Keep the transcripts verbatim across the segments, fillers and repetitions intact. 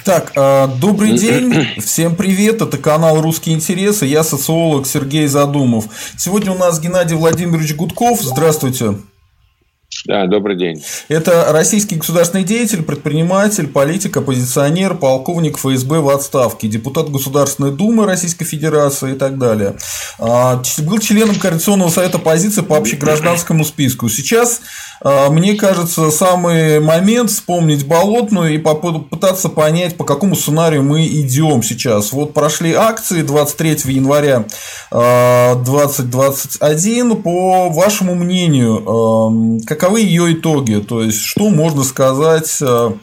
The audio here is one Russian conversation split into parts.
Так, добрый день, всем привет, это канал «Русские интересы», я социолог Сергей Задумов. Сегодня у нас Геннадий Владимирович Гудков, здравствуйте. Да, добрый день. Это российский государственный деятель, предприниматель, политик, оппозиционер, полковник эф эс бэ в отставке, депутат Государственной Думы Российской Федерации и так далее. Был членом Координационного совета оппозиции по общегражданскому списку. Сейчас, мне кажется, самый момент вспомнить Болотную и попытаться понять, по какому сценарию мы идем сейчас. Вот прошли акции двадцать третьего января двадцать двадцать один. По вашему мнению, каковы ее итоги? То есть, что можно сказать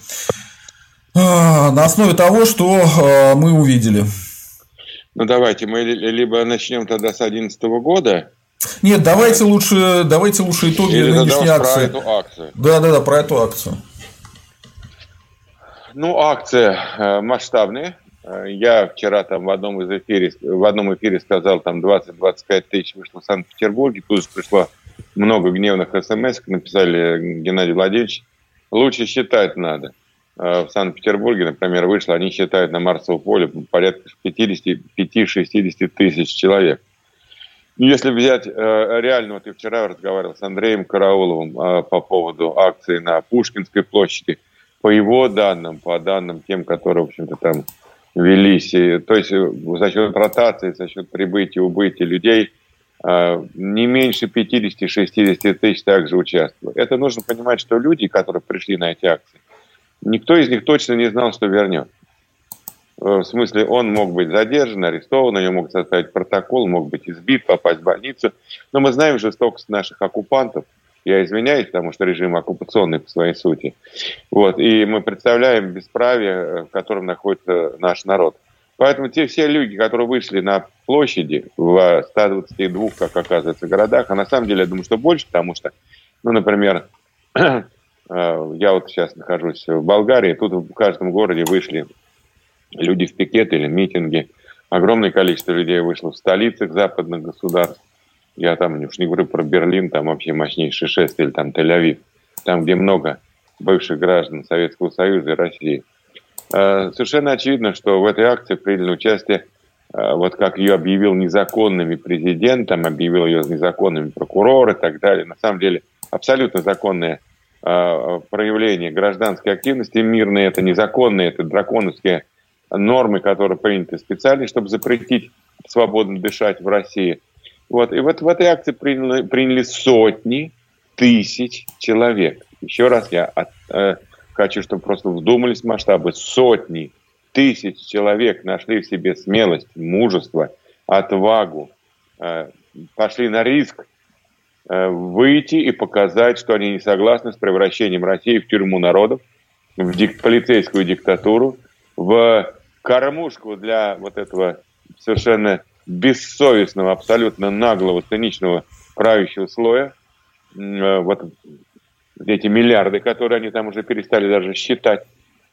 на основе того, что мы увидели? Ну, давайте мы либо начнем тогда с две тысячи одиннадцатого года. Нет, давайте лучше, давайте лучше итоги Или нынешней акции. Про эту акцию. Да, да, да, про эту акцию. Ну, акция масштабная. Я вчера там в одном из эфире, в одном эфире сказал, там двадцать-двадцать пять тысяч вышло в Санкт-Петербурге. Тут же пришло много гневных смс, написали: Геннадий Владимирович, лучше считать надо. В Санкт-Петербурге, например, вышло, они считают на Марсовом поле порядка пятьдесят пять-шестьдесят тысяч человек. Если взять реально, вот я вчера разговаривал с Андреем Карауловым по поводу акции на Пушкинской площади, по его данным, по данным тем, которые, в общем-то, там велись, то есть за счет ротации, за счет прибытия, убытия людей, не меньше пятьдесят-шестьдесят тысяч также участвовало. Это нужно понимать, что люди, которые пришли на эти акции, никто из них точно не знал, что вернет. В смысле, он мог быть задержан, арестован, его мог составить протокол, мог быть избит, попасть в больницу. Но мы знаем жестокость наших оккупантов. Я извиняюсь, потому что режим оккупационный по своей сути. Вот. И мы представляем бесправие, в котором находится наш народ. Поэтому те все люди, которые вышли на площади в ста двадцати двух, как оказывается, городах, а на самом деле, я думаю, что больше, потому что, ну, например, я вот сейчас нахожусь в Болгарии, тут в каждом городе вышли люди в пикет или митинги. Огромное количество людей вышло в столицах западных государств. Я там уж не говорю про Берлин, там вообще мощнейшее шествие, или там Тель-Авив, там, где много бывших граждан Советского Союза и России. Совершенно очевидно, что в этой акции приняли участие, вот как ее объявил незаконными президент, там объявил ее незаконными прокуроры и так далее. На самом деле абсолютно законное проявление гражданской активности, мирные, это незаконные, это драконовские нормы, которые приняты специально, чтобы запретить свободно дышать в России. Вот. И вот в этой акции приняли, приняли сотни тысяч человек. Еще раз я от, э, хочу, чтобы просто вдумались в масштабы. Сотни тысяч человек нашли в себе смелость, мужество, отвагу, э, пошли на риск э, выйти и показать, что они не согласны с превращением России в тюрьму народов, в дик- полицейскую диктатуру, в кормушку для вот этого совершенно бессовестного, абсолютно наглого, циничного правящего слоя. Вот эти миллиарды, которые они там уже перестали даже считать.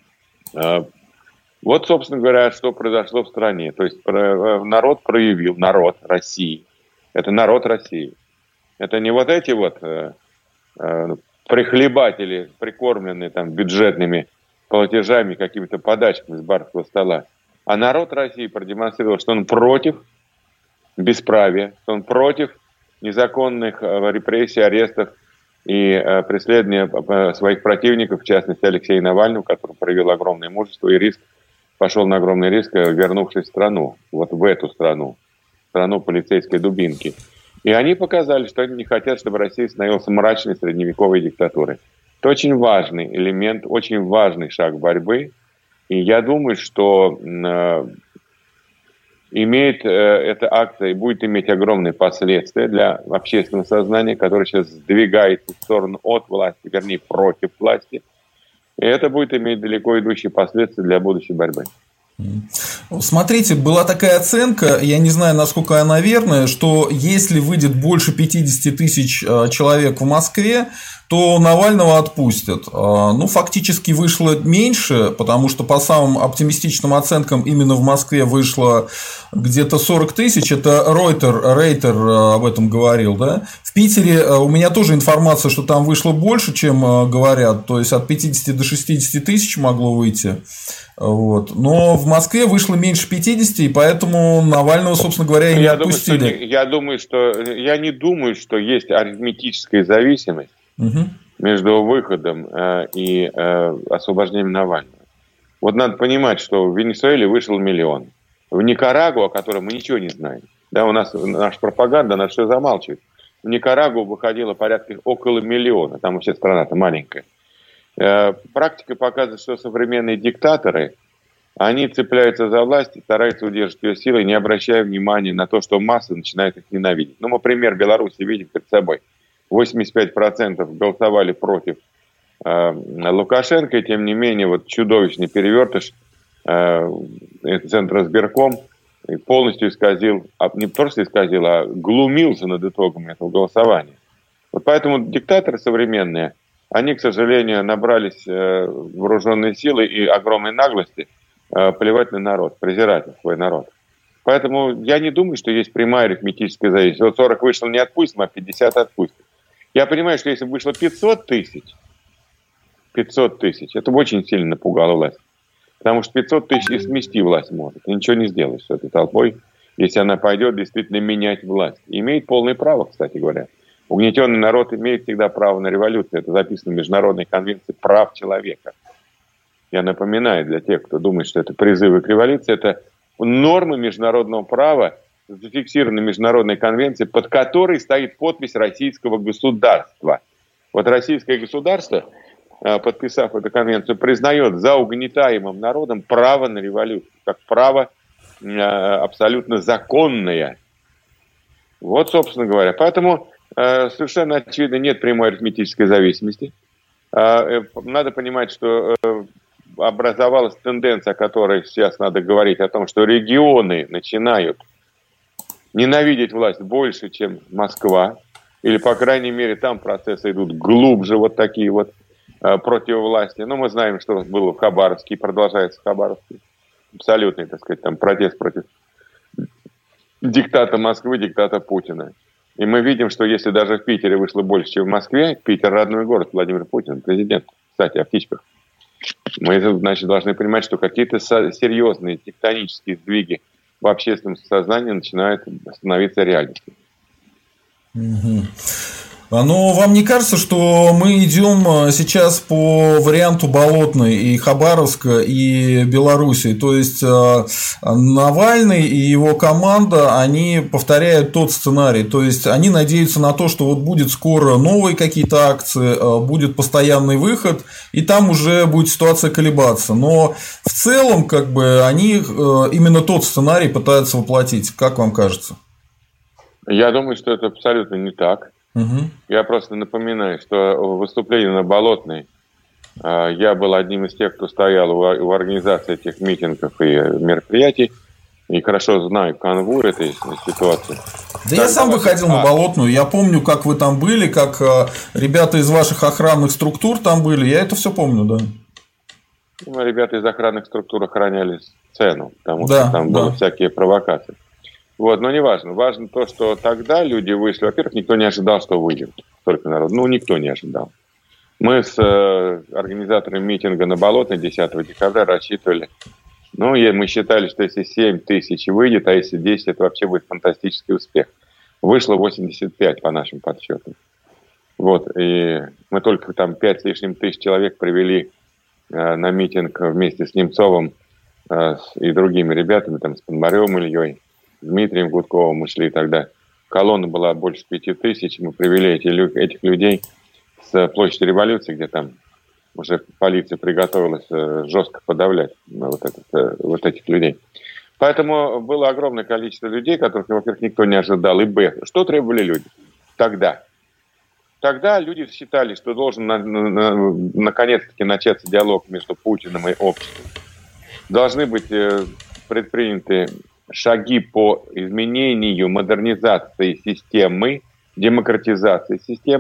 Вот, собственно говоря, что произошло в стране. То есть народ проявил, народ России. Это народ России. Это не вот эти вот прихлебатели, прикормленные там бюджетными платежами, какими-то подачками с барского стола. А народ России продемонстрировал, что он против бесправия, что он против незаконных репрессий, арестов и преследования своих противников, в частности Алексея Навального, который проявил огромное мужество и риск, пошел на огромный риск, вернувшись в страну, вот в эту страну, страну полицейской дубинки. И они показали, что они не хотят, чтобы Россия становилась мрачной средневековой диктатурой. Это очень важный элемент, очень важный шаг борьбы. И я думаю, что э, имеет э, эта акция и будет иметь огромные последствия для общественного сознания, которое сейчас сдвигается в сторону от власти, вернее, против власти. И это будет иметь далеко идущие последствия для будущей борьбы. Смотрите, была такая оценка, я не знаю, насколько она верная, что если выйдет больше пятьдесят тысяч человек в Москве, то Навального отпустят. Ну, фактически вышло меньше, потому что по самым оптимистичным оценкам именно в Москве вышло где-то сорок тысяч. Это Рейтер, Рейтер об этом говорил, да? В Питере у меня тоже информация, что там вышло больше, чем говорят, то есть от пятидесяти до шестидесяти тысяч могло выйти. Вот. Но в Москве вышло меньше пятидесяти, и поэтому Навального, собственно говоря, и не я отпустили. Думаю, что не, я думаю, что я не думаю, что есть арифметическая зависимость угу. между выходом э, и э, освобождением Навального. Вот надо понимать, что в Венесуэле вышел миллион. В Никарагуа, о котором мы ничего не знаем, да, у нас наша пропаганда, она все замалчивает. В Никарагуа выходило порядка около миллиона, там вообще страна-то маленькая. Практика показывает, что современные диктаторы, они цепляются за власть и стараются удерживать ее силой, не обращая внимания на то, что масса начинает их ненавидеть. Ну, мы пример Беларуси видим перед собой. восемьдесят пять процентов голосовали против э, Лукашенко, и тем не менее вот чудовищный перевертыш э, Центризбирком полностью исказил, не просто исказил, а глумился над итогами этого голосования. Вот поэтому диктаторы современные, они, к сожалению, набрались э, вооруженной силы и огромной наглости э, плевать на народ, презирать свой народ. Поэтому я не думаю, что есть прямая арифметическая зависимость. Вот сорок вышло не отпустим, а пятьдесят отпустим. Я понимаю, что если бы вышло пятьсот тысяч, пятьсот тысяч, это бы очень сильно напугало власть. Потому что пятьсот тысяч и смести власть может. Ты ничего не сделаешь с этой толпой, если она пойдет действительно менять власть. И имеет полное право, кстати говоря. Угнетенный народ имеет всегда право на революцию. Это записано в Международной конвенции прав человека. Я напоминаю для тех, кто думает, что это призывы к революции, это нормы международного права, зафиксированы в Международной конвенции, под которой стоит подпись российского государства. Вот российское государство, подписав эту конвенцию, признает за угнетаемым народом право на революцию, как право абсолютно законное. Вот, собственно говоря. Поэтому совершенно очевидно, нет прямой арифметической зависимости. Надо понимать, что образовалась тенденция, о которой сейчас надо говорить, о том, что регионы начинают ненавидеть власть больше, чем Москва. Или, по крайней мере, там процессы идут глубже, вот такие вот против власти. Но мы знаем, что было в Хабаровске и продолжается в Хабаровске. Абсолютный, так сказать, там протест против диктата Москвы, диктата Путина. И мы видим, что если даже в Питере вышло больше, чем в Москве, Питер родной город, Владимир Путин, президент, кстати, о птичках, мы, значит, должны понимать, что какие-то серьезные тектонические сдвиги в общественном сознании начинают становиться реальностью. Угу. Но вам не кажется, что мы идем сейчас по варианту Болотной и Хабаровска, и Белоруссии? То есть Навальный и его команда, они повторяют тот сценарий. То есть они надеются на то, что вот будет скоро новые какие-то акции, будет постоянный выход, и там уже будет ситуация колебаться. Но в целом, как бы, они именно тот сценарий пытаются воплотить. Как вам кажется? Я думаю, что это абсолютно не так. Угу. Я просто напоминаю, что в выступлении на Болотной э, я был одним из тех, кто стоял у, у организации этих митингов и мероприятий, и хорошо знаю канву этой ситуации. Да я сам выходил а... на Болотную, я помню, как вы там были, как э, ребята из ваших охранных структур там были, я это все помню, да. Ну, ребята из охранных структур охраняли сцену, потому да, что там да. были всякие провокации. Вот, но не важно. Важно то, что тогда люди вышли. Во-первых, никто не ожидал, что выйдет столько народу. Ну, никто не ожидал. Мы с э, организаторами митинга на Болотной десятого декабря рассчитывали. Ну, и мы считали, что если семь тысяч выйдет, а если десять, это вообще будет фантастический успех. Вышло восемьдесят пять по нашим подсчетам. Вот, и мы только там пять с лишним тысяч человек привели э, на митинг вместе с Немцовым э, и другими ребятами, там, с Пономаревым Ильей, Дмитрием Гудковым мы шли тогда. Колонна была больше пяти тысяч. Мы привели эти, этих людей с площади Революции, где там уже полиция приготовилась жестко подавлять вот, этот, вот этих людей. Поэтому было огромное количество людей, которых, во-первых, никто не ожидал. И б, что требовали люди тогда? Тогда люди считали, что должен на, на, на, наконец-таки начаться диалог между Путиным и обществом. Должны быть предприняты шаги по изменению, модернизации системы, демократизации системы.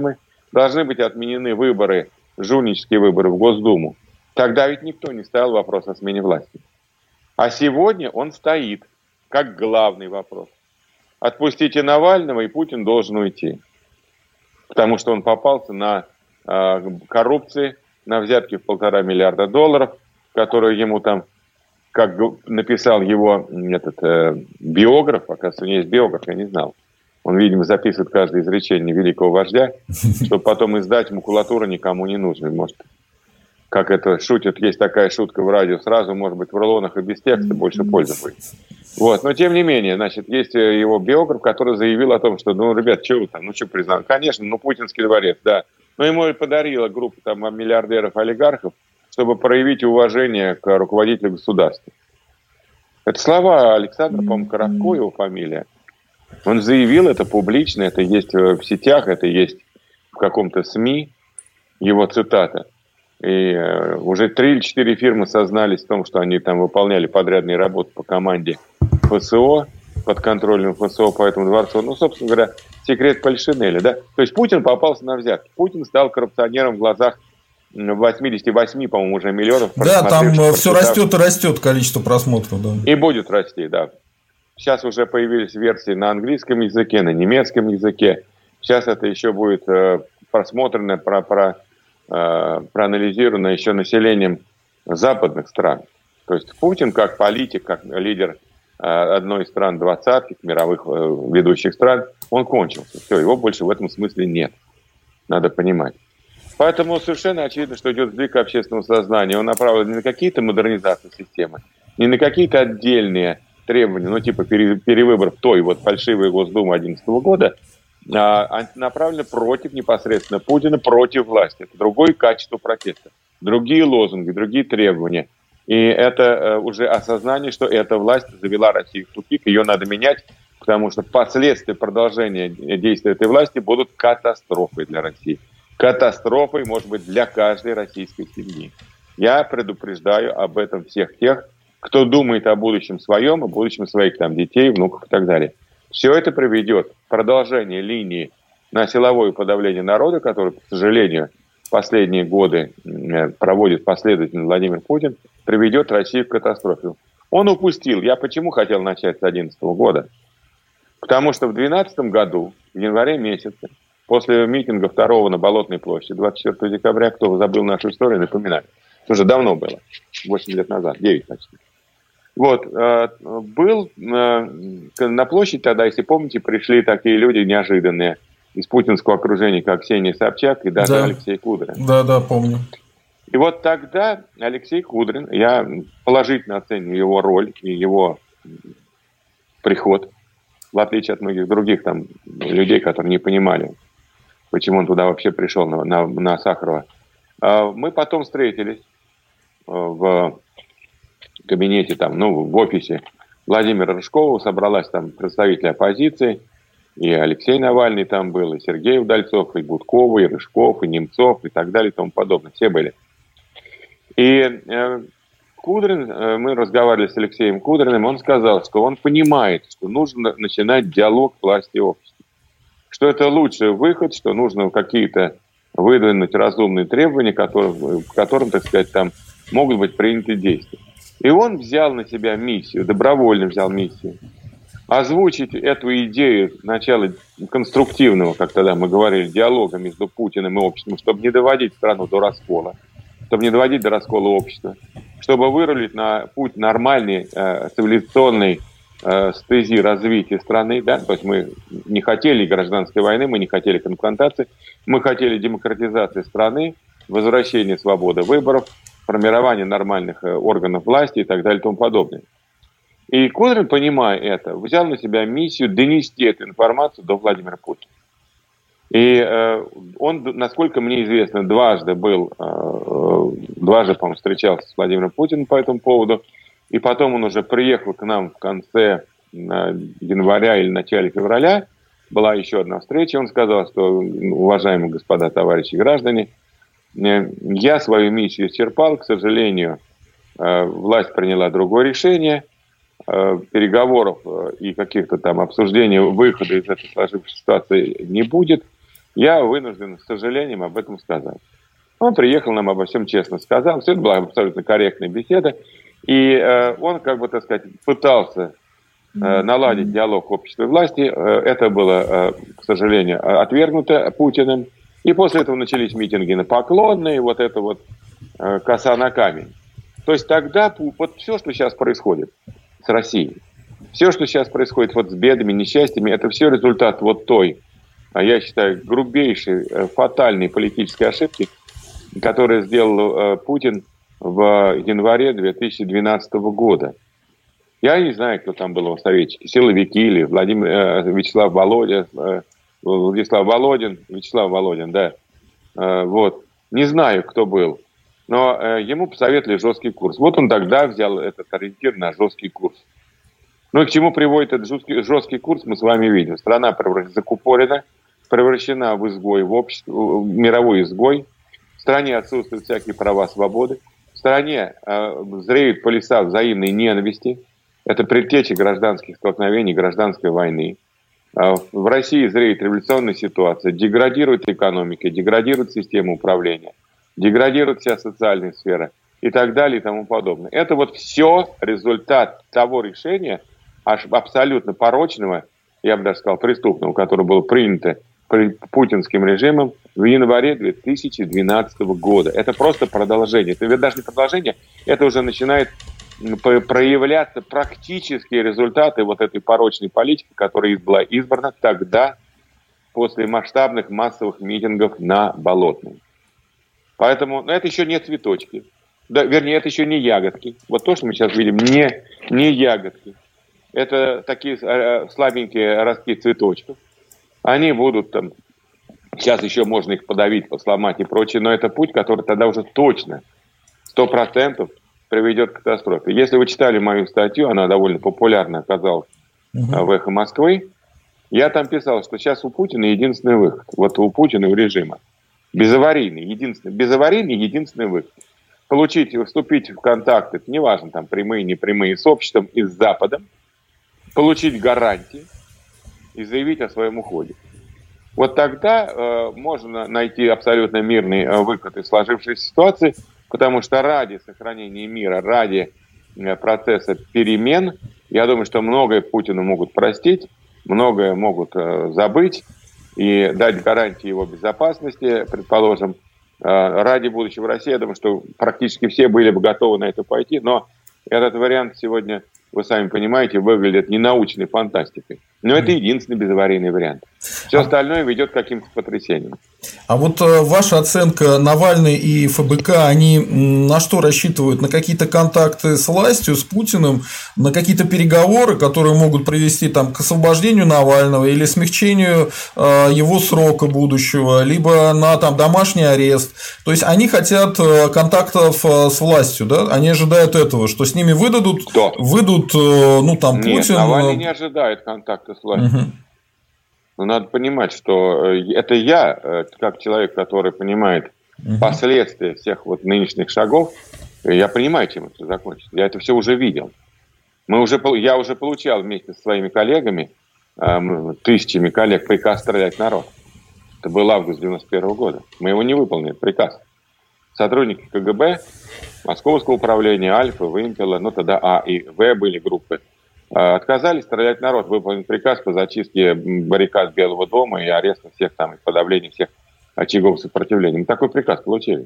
должны быть отменены выборы, жульнические выборы в Госдуму. Тогда ведь никто не ставил вопрос о смене власти. А сегодня он стоит как главный вопрос. Отпустите Навального, и Путин должен уйти. Потому что он попался на э, коррупции, на взятки в полтора миллиарда долларов, которые ему там, как написал его этот э, биограф, оказывается, у него есть биограф, я не знал. Он, видимо, записывает каждое изречение великого вождя, чтобы потом издать макулатуру никому не нужной. Может, как это шутят, есть такая шутка в радио, сразу, может быть, в рулонах и без текста больше пользы будет. Вот, но тем не менее, значит, есть его биограф, который заявил о том, что, ну, ребят, что вы там, ну, что признали? Конечно, ну, Путинский дворец, да. Но ему и подарила группа там миллиардеров-олигархов, чтобы проявить уважение к руководителю государства. Это слова Александра, по-моему, Коробко, его фамилия. Он заявил это публично, это есть в сетях, это есть в каком-то СМИ, его цитата. И уже три или четыре фирмы сознались в том, что они там выполняли подрядные работы по команде ФСО, под контролем ФСО по этому дворцу. Ну, собственно говоря, секрет Польшинеля, да? То есть Путин попался на взятки. Путин стал коррупционером в глазах восемьдесят восемь, по-моему, уже миллионов. Да, там все растет и растет количество просмотров. Да. И будет расти, да. Сейчас уже появились версии на английском языке, на немецком языке. Сейчас это еще будет просмотрено, про, про, проанализировано еще населением западных стран. То есть Путин как политик, как лидер одной из стран двадцатки, мировых ведущих стран, он кончился. Все, его больше в этом смысле нет. Надо понимать. Поэтому совершенно очевидно, что идет сдвиг общественного сознания. Он направлен не на какие-то модернизации системы, не на какие-то отдельные требования, ну типа перевыбор той вот фальшивой Госдумы две тысячи одиннадцатого года, а направлен против непосредственно Путина, против власти. Это другое качество протеста, другие лозунги, другие требования. И это уже осознание, что эта власть завела Россию в тупик, ее надо менять, потому что последствия продолжения действия этой власти будут катастрофой для России. Катастрофой, может быть, для каждой российской семьи. Я предупреждаю об этом всех тех, кто думает о будущем своем, о будущем своих там детей, внуков и так далее. Все это приведет к продолжению линии на силовое подавление народа, которое, к сожалению, в последние годы проводит последовательно Владимир Путин, приведет Россию к катастрофе. Он упустил. Я почему хотел начать с две тысячи одиннадцатого года? Потому что в две тысячи двенадцатом году, в январе месяце, после митинга второго на Болотной площади, двадцать четвёртого декабря, кто забыл нашу историю, напоминаю. Это уже давно было, восемь лет назад, девять почти. Вот, был на площадь тогда, если помните, пришли такие люди неожиданные из путинского окружения, как Ксения Собчак и даже да. Алексей Кудрин. Да, да, помню. И вот тогда Алексей Кудрин, я положительно оцениваю его роль и его приход, в отличие от многих других там людей, которые не понимали, почему он туда вообще пришел, на, на, на Сахарова. Мы потом встретились в кабинете, там, ну, в офисе Владимира Рыжкова, собралась там представители оппозиции, и Алексей Навальный там был, и Сергей Удальцов, и Будков, и Рыжков, и Немцов, и так далее, и тому подобное. Все были. И э, Кудрин, э, мы разговаривали с Алексеем Кудриным, он сказал, что он понимает, что нужно начинать диалог власти и общества. Что это лучший выход, что нужно какие-то выдвинуть разумные требования, которым, которым, так сказать, там могут быть приняты действия. И он взял на себя миссию, добровольно взял миссию, озвучить эту идею начала конструктивного, как тогда мы говорили, диалога между Путиным и обществом, чтобы не доводить страну до раскола, чтобы не доводить до раскола общества, чтобы вырулить на путь нормальной э, цивилизационной э, стези развития страны. Да? То есть мы не хотели гражданской войны, мы не хотели конфронтации, мы хотели демократизации страны, возвращения свободы выборов, формирование нормальных органов власти и так далее и тому подобное. И Кудрин, понимая это, взял на себя миссию донести эту информацию до Владимира Путина. И э, он, насколько мне известно, дважды был, э, дважды, по-моему, встречался с Владимиром Путиным по этому поводу. И потом он уже приехал к нам в конце э, января или начале февраля. Была еще одна встреча. Он сказал, что, уважаемые господа, товарищи граждане, я свою миссию исчерпал, к сожалению, власть приняла другое решение, переговоров и каких-то там обсуждений выхода из этой сложившейся ситуации не будет. Я вынужден, с сожалением, об этом сказать. Он приехал, нам обо всем честно сказал. Все это была абсолютно корректная беседа. И э, он, как бы, так сказать, пытался э, наладить диалог общества и власти. Э, это было, э, к сожалению, отвергнуто Путиным. И после этого начались митинги на Поклонной, вот это вот э, коса на камень. То есть тогда вот все, что сейчас происходит с Россией, все, что сейчас происходит вот с бедами, несчастьями, это все результат вот той, я считаю, грубейшей, фатальной политической ошибки, которую сделал Путин в январе две тысячи двенадцатого года. Я не знаю, кто там был его советчики, силовики или Владимир, э, Вячеслав Володин, э, Владислав Володин, Вячеслав Володин, да, э, вот, не знаю, кто был, но э, ему посоветовали жесткий курс. Вот он тогда взял этот ориентир на жесткий курс. Ну и к чему приводит этот жесткий, жесткий курс, мы с вами видим. Страна закупорена, превращена в изгой, в общество, в мировой изгой. В стране отсутствуют всякие права, свободы. В стране э, зреют полюса взаимной ненависти. Это предтеча гражданских столкновений, гражданской войны. Э, в России зреет революционная ситуация. Деградирует экономика, деградирует система управления, деградирует вся социальная сфера и так далее и тому подобное. Это вот все результат того решения, аж абсолютно порочного, я бы даже сказал, преступного, которое было принято путинским режимом в январе две тысячи двенадцатого года. Это просто продолжение. Это даже не продолжение, это уже начинает проявляться практические результаты вот этой порочной политики, которая была избрана тогда, после масштабных массовых митингов на Болотной. Поэтому, ну, это еще не цветочки. Да, вернее, это еще не ягодки. Вот то, что мы сейчас видим, не, не ягодки. Это такие э, слабенькие ростки цветочков. Они будут там, сейчас еще можно их подавить, посломать и прочее, но это путь, который тогда уже точно, сто процентов приведет к катастрофе. Если вы читали мою статью, она довольно популярна оказалась uh-huh. в «Эхо Москвы», я там писал, что сейчас у Путина единственный выход. Вот у Путина и у режима. Безаварийный, единственный, безаварийный единственный выход. Получить, вступить в контакты, неважно, там прямые, непрямые, с обществом и с Западом, получить гарантии и заявить о своем уходе. Вот тогда э, можно найти абсолютно мирный э, выход из сложившейся ситуации, потому что ради сохранения мира, ради э, процесса перемен, я думаю, что многое Путину могут простить, многое могут э, забыть и дать гарантии его безопасности, предположим, э, ради будущего России. Я думаю, что практически все были бы готовы на это пойти, но этот вариант сегодня, вы сами понимаете, выглядит ненаучной фантастикой. Но это единственный безаварийный вариант. Все остальное ведет к каким-то потрясениям. А вот э, ваша оценка: Навальный и эф бэ ка, они на что рассчитывают? На какие-то контакты с властью, с Путиным, на какие-то переговоры, которые могут привести там, к освобождению Навального или смягчению э, его срока будущего, либо на там, домашний арест? То есть они хотят контактов с властью, да? Они ожидают этого, что с ними выдадут, Кто? выйдут, э, ну там Нет, Путин. Навальный не ожидает контакта с властью. Угу. Но надо понимать, что это я, как человек, который понимает угу. последствия всех вот нынешних шагов, я понимаю, чем это закончится. Я это все уже видел. Мы уже, я уже получал вместе со своими коллегами, тысячами коллег, приказ стрелять в народ. Это был август девяносто первого года. Мы его не выполнили, приказ. Сотрудники ка гэ бэ, Московского управления, Альфа, Вымпела, ну тогда А и В были группы, отказались стрелять в народ, выполнить приказ по зачистке баррикад Белого дома и ареста всех там, и подавления всех очагов сопротивления. Мы такой приказ получили.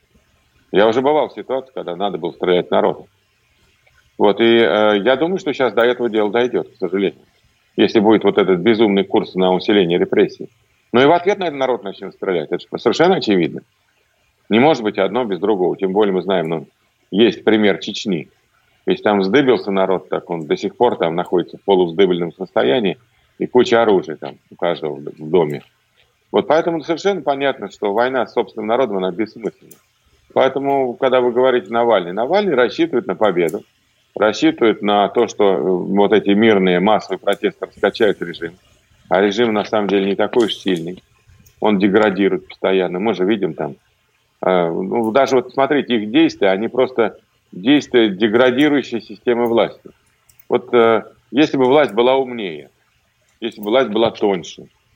Я уже бывал в ситуации, когда надо было стрелять в народ. Вот, и э, я думаю, что сейчас до этого дела дойдет, к сожалению. Если будет вот этот безумный курс на усиление репрессий. Но и в ответ на это народ начнет стрелять. Это совершенно очевидно. Не может быть одно без другого. Тем более мы знаем, ну, есть пример Чечни. Если там вздыбился народ, так он до сих пор там находится в полувздыбленном состоянии, и куча оружия там у каждого в доме. Вот поэтому совершенно понятно, что война с собственным народом, она бессмысленна. Поэтому, когда вы говорите Навальный, Навальный рассчитывает на победу, рассчитывает на то, что вот эти мирные массовые протесты раскачают режим. А режим на самом деле не такой уж сильный. Он деградирует постоянно. Мы же видим там, э, ну, даже вот смотрите, их действия, они просто действия деградирующей системы власти. Вот э, если бы власть была умнее, если бы власть была тоньше,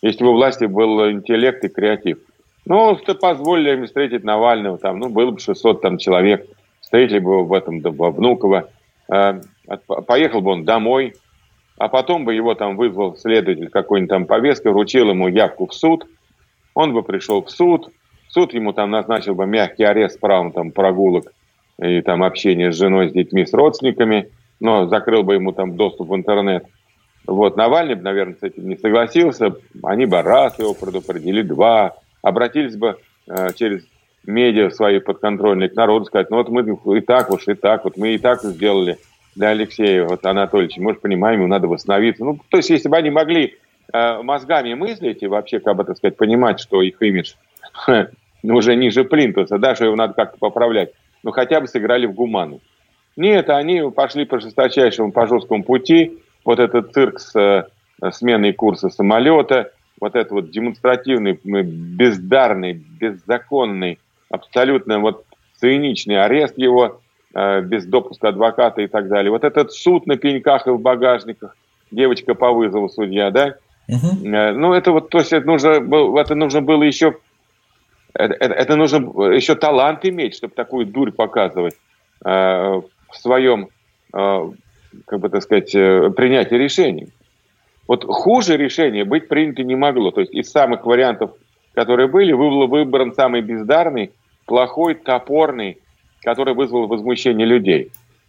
если бы у власти был интеллект и креатив. Ну, позволили им встретить Навального, там, ну, было бы шестьсот там, человек, встретили бы его в этом, во Внуково, э, поехал бы он домой, а потом бы его там вызвал следователь какой-нибудь там повесткой, вручил ему явку в суд, он бы пришел в суд, суд ему там назначил бы мягкий арест с правом там прогулок и там общения с женой, с детьми, с родственниками, но закрыл бы ему там доступ в интернет. Вот, Навальный, наверное, с этим не согласился, они бы раз его предупредили, два, обратились бы э, через медиа свои подконтрольные к народу, сказать, ну вот мы и так уж, и так, вот мы и так сделали для Алексея вот, Анатольевича, мы же понимаем, ему надо восстановиться. Ну, то есть, если бы они могли э, мозгами мыслить и вообще, как бы, так сказать, понимать, что их имидж ну, уже ниже плинтуса, да, что его надо как-то поправлять, ну, хотя бы сыграли в гуманность. Нет, они пошли по жесточайшему, по жесткому пути, вот этот цирк с э, сменой курса самолета, вот этот вот демонстративный, бездарный, беззаконный, абсолютно вот циничный арест его, э, без допуска адвоката и так далее. Вот этот суд на пеньках и в багажниках, девочка по вызову судья, да? Угу. Э, ну, это вот, то есть это нужно, это нужно было еще, это, это нужно еще талант иметь, чтобы такую дурь показывать э, в своем, э, как бы так сказать, э, принятии решений. Вот хуже решения быть принято не могло. То есть из самых вариантов, которые были, был выбран самый бездарный, плохой, топорный, который вызвал возмущение людей.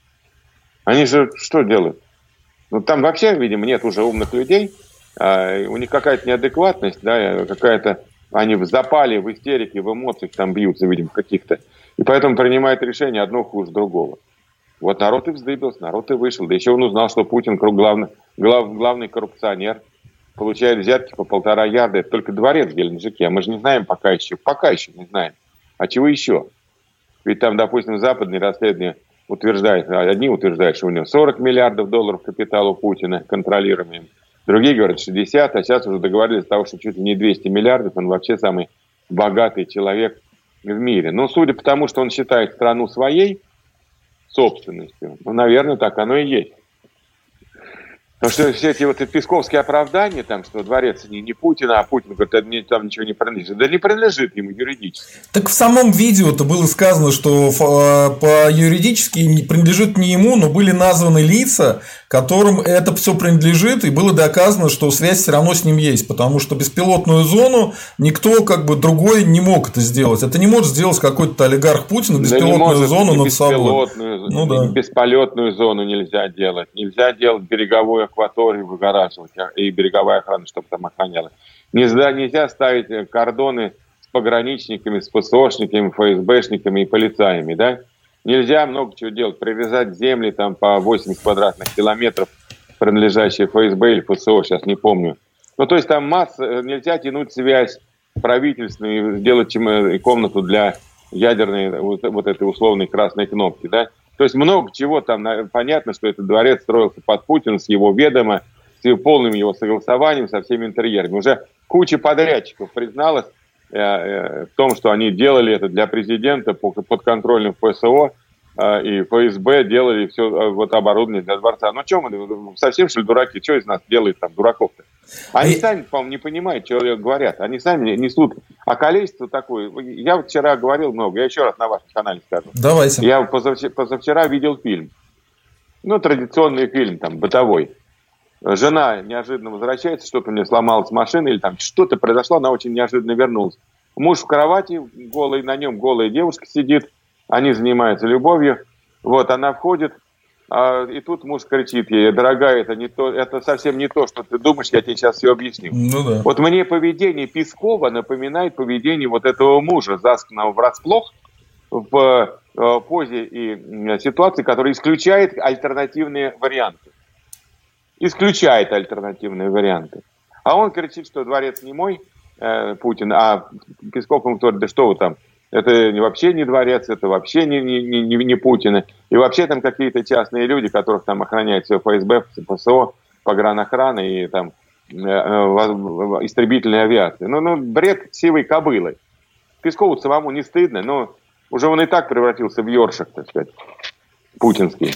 Они же что делают? Ну, там вообще, видимо, нет уже умных людей. А у них какая-то неадекватность, да, какая-то... Они в запале, в истерике, в эмоциях там бьются, видимо, каких-то. И поэтому принимают решение одно хуже другого. Вот народ и вздыбился, народ и вышел. Да еще он узнал, что Путин главный, глав, главный коррупционер, получает взятки по полтора ярда. Это только дворец в Геленджике. А мы же не знаем пока еще, пока еще не знаем. А чего еще? Ведь там, допустим, западные расследования утверждают, одни утверждают, что у него сорок миллиардов долларов капитала у Путина, контролируемым. Другие говорят шестьдесят, а сейчас уже договорились до того, что чуть ли не двести миллиардов. Он вообще самый богатый человек в мире. Но судя по тому, что он считает страну своей собственностью, ну, наверное, так оно и есть. Потому что все эти вот песковские оправдания, там, что дворец не, не Путина, а Путин говорит, это мне там ничего не принадлежит. Да не принадлежит ему юридически. Так в самом видео-то было сказано, что по юридически принадлежит не ему, но были названы лица, которым это все принадлежит, и было доказано, что связь все равно с ним есть, потому что беспилотную зону никто как бы другой не мог это сделать. Это не может сделать какой-то олигарх Путина беспилотную да может, зону над собой. Ну, да. Бесполетную зону нельзя делать. Нельзя делать береговую акваторию, выгораживать, и береговая охрана, чтобы там охраняла. Нельзя, нельзя ставить кордоны с пограничниками, с ПСОшниками, ФСБшниками и полицаями, да? Нельзя много чего делать, прирезать земли там по восемьдесят квадратных километров, принадлежащие ФСБ или ПСО, сейчас не помню. Ну, то есть там масса, нельзя тянуть связь правительственную и сделать комнату для ядерной, вот, вот этой условной красной кнопки, да? То есть много чего там, понятно, что этот дворец строился под Путина с его ведома, с полным его согласованием, со всеми интерьерами. Уже куча подрядчиков призналась э, э, в том, что они делали это для президента под контролем ФСО э, и ФСБ, делали все э, вот оборудование для дворца. Ну что мы, совсем что ли дураки, что из нас делает там дураков-то? Они сами, по-моему, не понимают, что говорят. Они сами несут. А количество такое... Я вот вчера говорил много, я еще раз на вашем канале скажу. Давайте. Я позавчера, позавчера видел фильм. Ну, традиционный фильм, там, бытовой. Жена неожиданно возвращается, что-то у нее сломалась машина, или там что-то произошло, она очень неожиданно вернулась. Муж в кровати, голый, на нем голая девушка сидит, они занимаются любовью. Вот, она входит, А, и тут муж кричит ей: дорогая, это не то, это совсем не то, что ты думаешь, я тебе сейчас все объясню. Ну, да. Вот мне поведение Пескова напоминает поведение вот этого мужа, засканного врасплох, в э, позе и э, ситуации, которая исключает альтернативные варианты. Исключает альтернативные варианты. А он кричит, что дворец не мой, э, Путин, а Песков ему говорит: да что вы там, это вообще не дворец, это вообще не, не, не, не Путина. И вообще там какие-то частные люди, которых там охраняет все ФСБ, ПСО, погранохрана и там э, э, истребительной авиации. Ну, ну, бред сивой кобылы. Пескову самому не стыдно, но уже он и так превратился в ёршик, так сказать. путинский.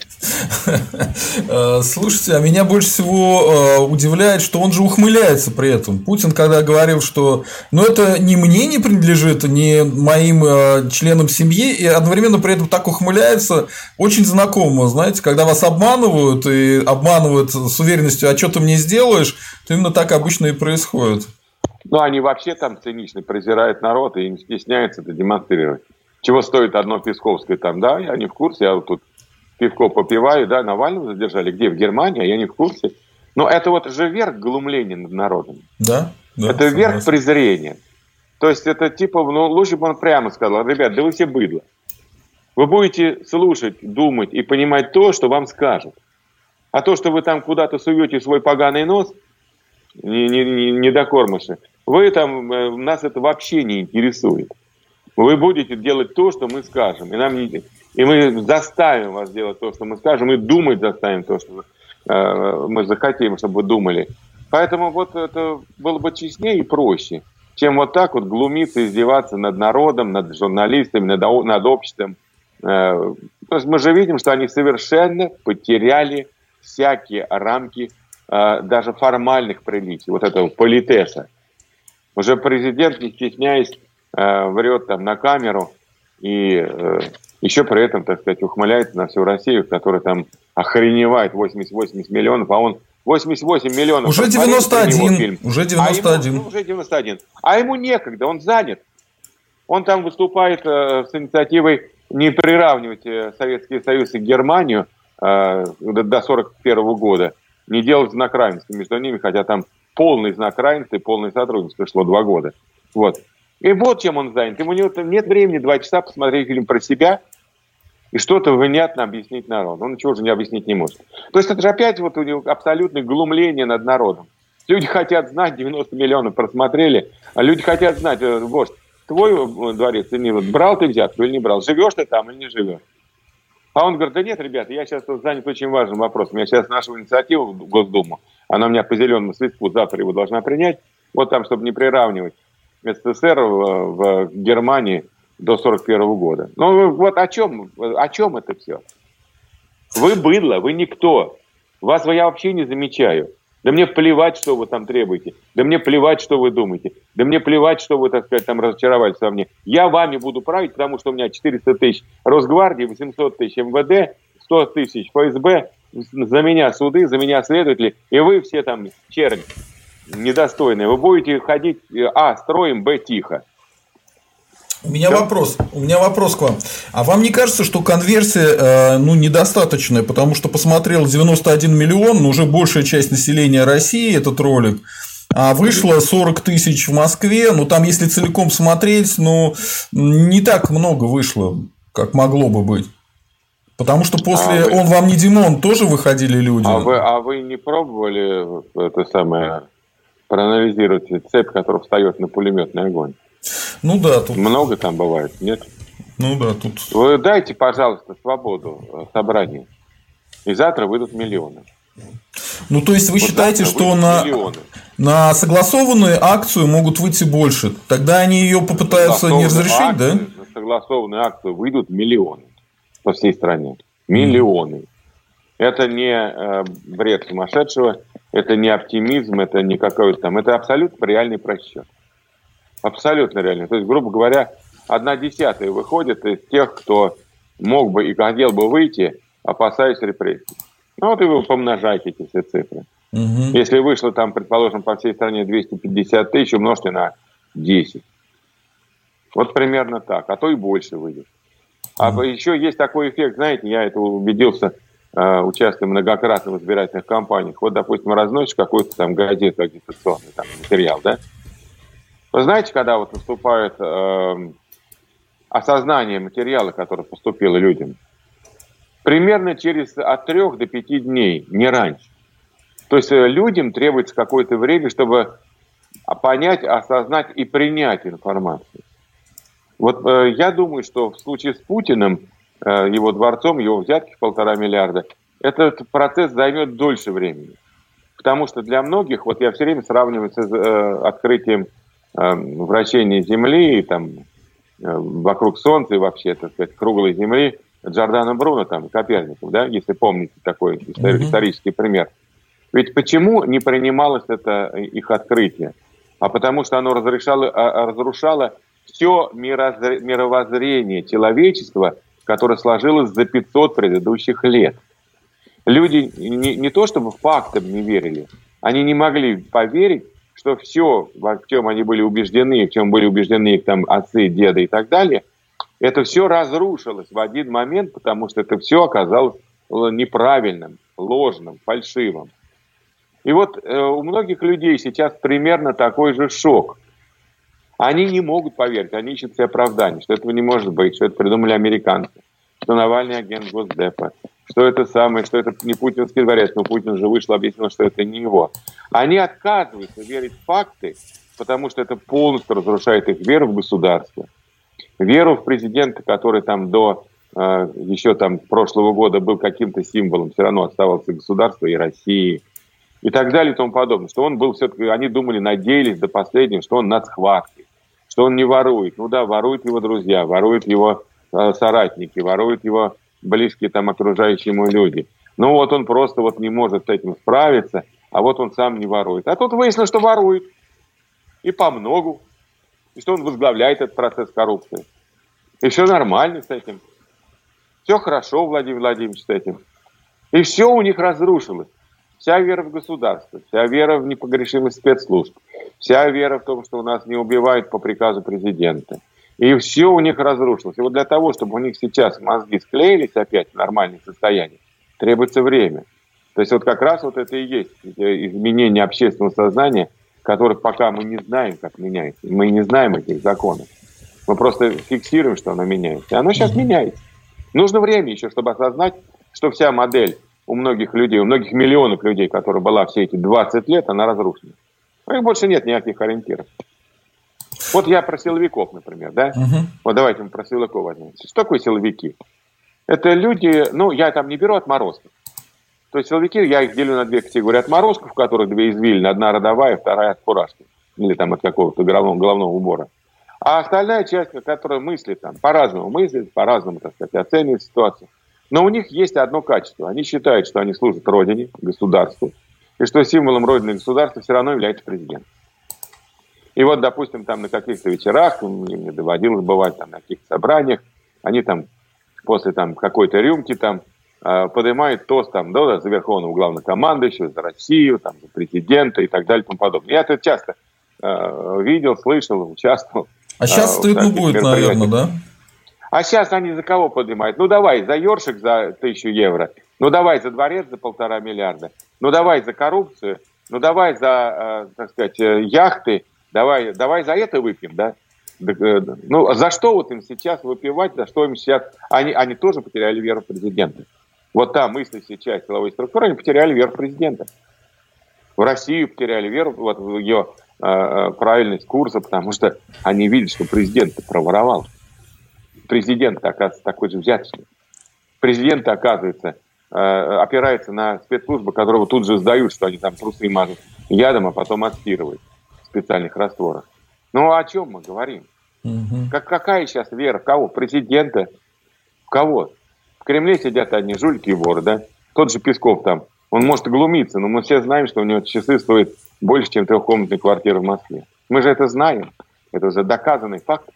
Слушайте, а меня больше всего удивляет, что он же ухмыляется при этом. Путин, когда говорил, что ну это ни мне не принадлежит, ни моим членам семьи, и одновременно при этом так ухмыляется, очень знакомо, знаете, когда вас обманывают и обманывают с уверенностью, а что ты мне сделаешь, то именно так обычно и происходит. Ну, они вообще там цинично презирают народ и не стесняются это демонстрировать. Чего стоит одно Песковское там, да, я не в курсе, я вот тут пивко попиваю, да, Навального задержали, где, в Германии, а я не в курсе. Но это вот же верх глумления над народом. Да, да. Это верх презрения. То есть это типа, ну, лучше бы он прямо сказал: ребят, да вы все быдло. Вы будете слушать, думать и понимать то, что вам скажут. А то, что вы там куда-то суете свой поганый нос, не, не, не, не докормыши, вы там, нас это вообще не интересует. Вы будете делать то, что мы скажем. И, нам не, и мы заставим вас делать то, что мы скажем, и думать заставим то, что э, мы захотим, чтобы вы думали. Поэтому вот это было бы честнее и проще, чем вот так вот глумиться, издеваться над народом, над журналистами, над, над обществом. Э, то есть мы же видим, что они совершенно потеряли всякие рамки э, даже формальных приличий, вот этого политеса. Уже президент, не стесняясь, врет там на камеру и э, еще при этом, так сказать, ухмыляется на всю Россию, которая там охреневает восемьдесят-восемьдесят миллионов, а он восемьдесят восемь миллионов. Уже девяносто один. Уже девяносто один. А ему, ну, уже девяносто один. А ему некогда, он занят. Он там выступает э, с инициативой не приравнивать э, Советский Союз и Германию э, до сорок первого года, не делать знак равенства между ними, хотя там полный знак равенства и полное сотрудничество шло два года. Вот. И вот чем он занят. Ему нет, нет времени два часа посмотреть фильм про себя и что-то внятно объяснить народу. Он ничего же не объяснить не может. То есть это же опять вот у него абсолютное глумление над народом. Люди хотят знать, девяносто миллионов просмотрели, а люди хотят знать: вождь, твой дворец, брал ты взятку или не брал, живешь ты там или не живешь. А он говорит: да нет, ребята, я сейчас занят очень важным вопросом. Я сейчас нашу инициативу в Госдуму, она у меня по зеленому свистку, завтра его должна принять, вот там, чтобы не приравнивать СССР в, в Германии до сорок первого года. Ну вот о чем, о чем это все? Вы быдло, вы никто. Вас я вообще не замечаю. Да мне плевать, что вы там требуете. Да мне плевать, что вы думаете. Да мне плевать, что вы, так сказать, там разочаровались во мне. Я вами буду править, потому что у меня четыреста тысяч Росгвардии, восемьсот тысяч МВД, сто тысяч ФСБ, за меня суды, за меня следователи, и вы все там чернь недостойные. Вы будете ходить: а, строим, б, тихо. У меня да? вопрос. У меня вопрос к вам. А вам не кажется, что конверсия э, ну, недостаточная? Потому что посмотрел девяносто один миллион, но уже большая часть населения России этот ролик. А вышло сорок тысяч в Москве. Ну, там, если целиком смотреть, ну, не так много вышло, как могло бы быть. Потому что после а вы... «Он вам не Димон» тоже выходили люди. А вы, а вы не пробовали это самое проанализировать цепь, которая встает на пулеметный огонь? Ну да, тут много там бывает, нет? Ну да, тут. Вы дайте, пожалуйста, свободу собранию, и завтра выйдут миллионы. Ну то есть вы вот считаете, что на, на согласованную акцию могут выйти больше? Тогда они ее попытаются не разрешить, акции, да? На согласованную акцию выйдут миллионы по всей стране. Миллионы. Mm. Это не э, бред сумасшедшего, это не оптимизм, это не какой-то там, это абсолютно реальный просчет. Абсолютно реальный. То есть, грубо говоря, одна десятая выходит из тех, кто мог бы и хотел бы выйти, опасаясь репрессий. Ну вот и вы помножаете эти все цифры. Угу. Если вышло там, предположим, по всей стране двести пятьдесят тысяч, умножьте на десять. Вот примерно так, а то и больше выйдет. А угу. еще есть такой эффект, знаете, я это убедился, участвуя многократно в избирательных кампаниях. Вот, допустим, разносишь какую-то там газету, агитационный там материал, да? Вы знаете, когда вот наступает э, осознание материала, который поступило людям, примерно через от трех до пяти дней, не раньше. То есть э, людям требуется какое-то время, чтобы понять, осознать и принять информацию. Вот э, я думаю, что в случае с Путиным, э, его дворцом, его взятки в полтора миллиарда, этот процесс займет дольше времени. Потому что для многих, вот я все время сравниваю с э, открытием э, вращения Земли, и, там, э, вокруг Солнца и вообще, так сказать, круглой Земли, Джордано Бруно, там, Коперников, да, если помните такой Mm-hmm. исторический пример. Ведь почему не принималось это их открытие? А потому что оно разрешало, разрушало все мировоззрение человечества, которое сложилось за пятьсот предыдущих лет. Люди не, не то чтобы фактам не верили, они не могли поверить, что все, в чем они были убеждены, в чем были убеждены их там отцы, деды и так далее, это все разрушилось в один момент, потому что это все оказалось неправильным, ложным, фальшивым. И вот э, у многих людей сейчас примерно такой же шок. Они не могут поверить, они ищут себе оправдание, что этого не может быть, что это придумали американцы, что Навальный агент Госдепа, что это самое, что это не путинский дворец, но Путин же вышел, объяснил, что это не его. Они отказываются верить в факты, потому что это полностью разрушает их веру в государство, веру в президента, который там до э, еще там прошлого года был каким-то символом, все равно оставался государство и России, и так далее и тому подобное. Что он был все-таки, они думали, надеялись до последнего, что он над схваткой, что он не ворует. Ну да, воруют его друзья, воруют его э, соратники, воруют его близкие там окружающие ему люди. Ну вот он просто вот не может с этим справиться, а вот он сам не ворует. А тут выяснилось, что ворует. И помногу. И что он возглавляет этот процесс коррупции. И все нормально с этим. Все хорошо, Владимир Владимирович, с этим. И все у них разрушилось. Вся вера в государство, вся вера в непогрешимость спецслужб, вся вера в том, что у нас не убивают по приказу президента. И все у них разрушилось. И вот для того, чтобы у них сейчас мозги склеились опять в нормальное состояние, требуется время. То есть вот как раз вот это и есть изменение общественного сознания, которых пока мы не знаем, как меняется. Мы не знаем этих законов. Мы просто фиксируем, что оно меняется. И оно сейчас меняется. Нужно время еще, чтобы осознать, что вся модель у многих людей, у многих миллионов людей, которая была все эти двадцать лет, она разрушена. У них больше нет никаких ориентиров. Вот я про силовиков, например, да? Uh-huh. Вот давайте мы про силовиков возьмем. Что такое силовики? Это люди, ну, я там не беру отморозков. То есть силовики, я их делю на две категории отморозков, в которых две извилины, одна родовая, вторая от фуражки. Или там от какого-то головного, головного убора. А остальная часть, которая мыслит там, по-разному мыслит, по-разному, так сказать, оценивает ситуацию. Но у них есть одно качество. Они считают, что они служат Родине, государству, и что символом Родины и государства все равно является президент. И вот, допустим, там на каких-то вечерах, мне, мне доводилось бывать там, на каких-то собраниях, они там после там, какой-то рюмки там, э, поднимают тост там, да, за верховного главнокомандующего, за Россию, там, за президента и так далее и тому подобное. Я это часто э, видел, слышал, участвовал. А сейчас э, стыдно будет, наверное, да? А сейчас они за кого поднимают? Ну, давай за ёршик за тысячу евро. Ну, давай за дворец за полтора миллиарда. Ну, давай за коррупцию. Ну, давай за, э, так сказать, яхты. Давай, давай за это выпьем, да? Ну, за что вот им сейчас выпивать? За что им сейчас... Они, они тоже потеряли веру в президента. Вот та мыслящая часть силовой структуры, они потеряли веру в президента. В Россию потеряли веру вот, в ее э, правильность курса, потому что они видят, что президент проворовал. Президент, оказывается, такой же взяточный. Президент, оказывается, э, опирается на спецслужбы, которого тут же сдают, что они там трусы мажут ядом, а потом аспируют в специальных растворах. Ну, о чем мы говорим? Угу. Как, какая сейчас вера? В кого? Президента? В кого? В Кремле сидят одни жулики и воры, да? Тот же Песков там. Он может и глумиться, но мы все знаем, что у него часы стоят больше, чем трехкомнатная квартира в Москве. Мы же это знаем. Это уже доказанный факт.